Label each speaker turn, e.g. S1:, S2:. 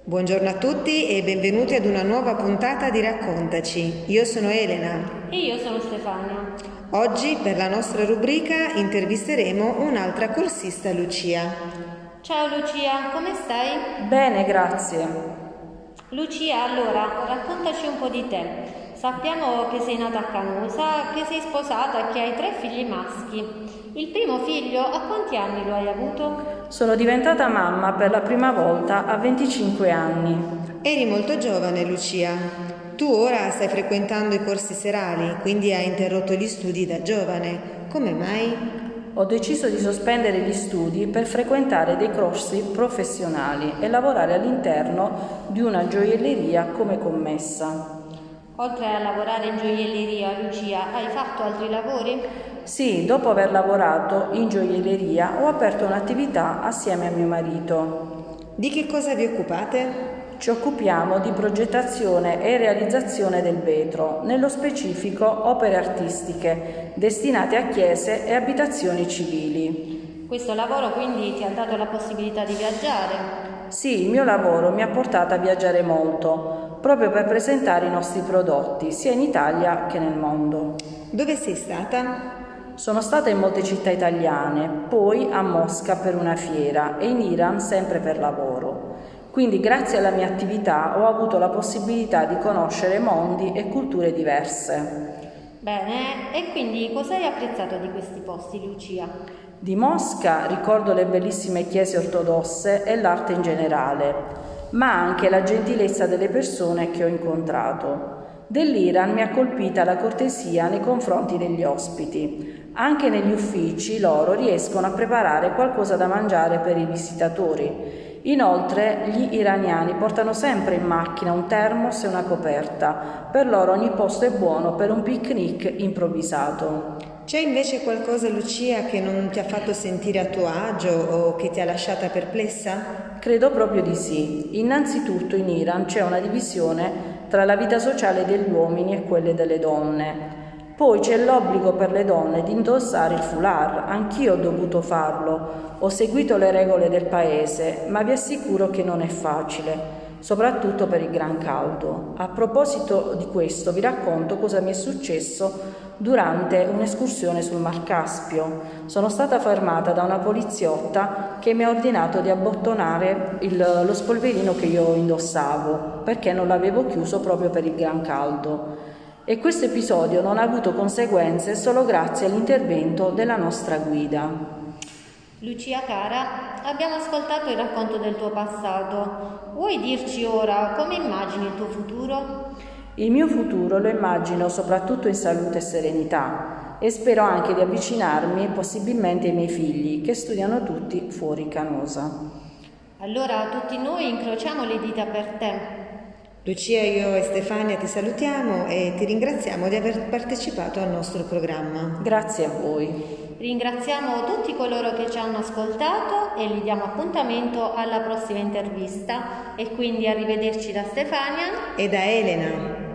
S1: Buongiorno a tutti e benvenuti ad una nuova puntata di Raccontaci. Io sono Elena.
S2: E io sono Stefania.
S1: Oggi per la nostra rubrica intervisteremo un'altra corsista, Lucia.
S2: Ciao Lucia, come stai?
S3: Bene, grazie.
S2: Lucia, allora, raccontaci un po' di te. Sappiamo che sei nata a Canosa, che sei sposata e che hai 3 figli maschi. Il primo figlio, a quanti anni lo hai avuto?
S3: Sono diventata mamma per la prima volta a 25 anni.
S1: Eri molto giovane, Lucia. Tu ora stai frequentando i corsi serali, quindi hai interrotto gli studi da giovane. Come mai?
S3: Ho deciso di sospendere gli studi per frequentare dei corsi professionali e lavorare all'interno di una gioielleria come commessa.
S2: Oltre a lavorare in gioielleria, Lucia, hai fatto altri lavori?
S3: Sì, dopo aver lavorato in gioielleria ho aperto un'attività assieme a mio marito.
S1: Di che cosa vi occupate?
S3: Ci occupiamo di progettazione e realizzazione del vetro, nello specifico opere artistiche destinate a chiese e abitazioni civili.
S2: Questo lavoro quindi ti ha dato la possibilità di viaggiare?
S3: Sì, il mio lavoro mi ha portato a viaggiare molto, proprio per presentare i nostri prodotti, sia in Italia che nel mondo.
S1: Dove sei stata?
S3: Sono stata in molte città italiane, poi a Mosca per una fiera e in Iran sempre per lavoro. Quindi grazie alla mia attività ho avuto la possibilità di conoscere mondi e culture diverse.
S2: Bene, e quindi cosa hai apprezzato di questi posti, Lucia?
S3: Di Mosca ricordo le bellissime chiese ortodosse e l'arte in generale, ma anche la gentilezza delle persone che ho incontrato. Dell'Iran mi ha colpita la cortesia nei confronti degli ospiti. Anche negli uffici loro riescono a preparare qualcosa da mangiare per i visitatori. Inoltre gli iraniani portano sempre in macchina un termos e una coperta. Per loro ogni posto è buono per un picnic improvvisato.
S1: C'è invece qualcosa, Lucia, che non ti ha fatto sentire a tuo agio o che ti ha lasciata perplessa?
S3: Credo proprio di sì. Innanzitutto in Iran c'è una divisione tra la vita sociale degli uomini e quelle delle donne. Poi c'è l'obbligo per le donne di indossare il foulard. Anch'io ho dovuto farlo. Ho seguito le regole del paese, ma vi assicuro che non è facile, soprattutto per il gran caldo. A proposito di questo, vi racconto cosa mi è successo durante un'escursione sul Mar Caspio. Sono stata fermata da una poliziotta che mi ha ordinato di abbottonare lo spolverino che io indossavo, perché non l'avevo chiuso proprio per il gran caldo. E questo episodio non ha avuto conseguenze solo grazie all'intervento della nostra guida.
S2: Lucia cara, abbiamo ascoltato il racconto del tuo passato. Vuoi dirci ora come immagini il tuo futuro?
S3: Il mio futuro lo immagino soprattutto in salute e serenità e spero anche di avvicinarmi possibilmente ai miei figli che studiano tutti fuori Canosa.
S2: Allora tutti noi incrociamo le dita per te.
S1: Lucia, io e Stefania ti salutiamo e ti ringraziamo di aver partecipato al nostro programma.
S3: Grazie a voi.
S2: Ringraziamo tutti coloro che ci hanno ascoltato e gli diamo appuntamento alla prossima intervista e quindi arrivederci da Stefania
S1: e da Elena.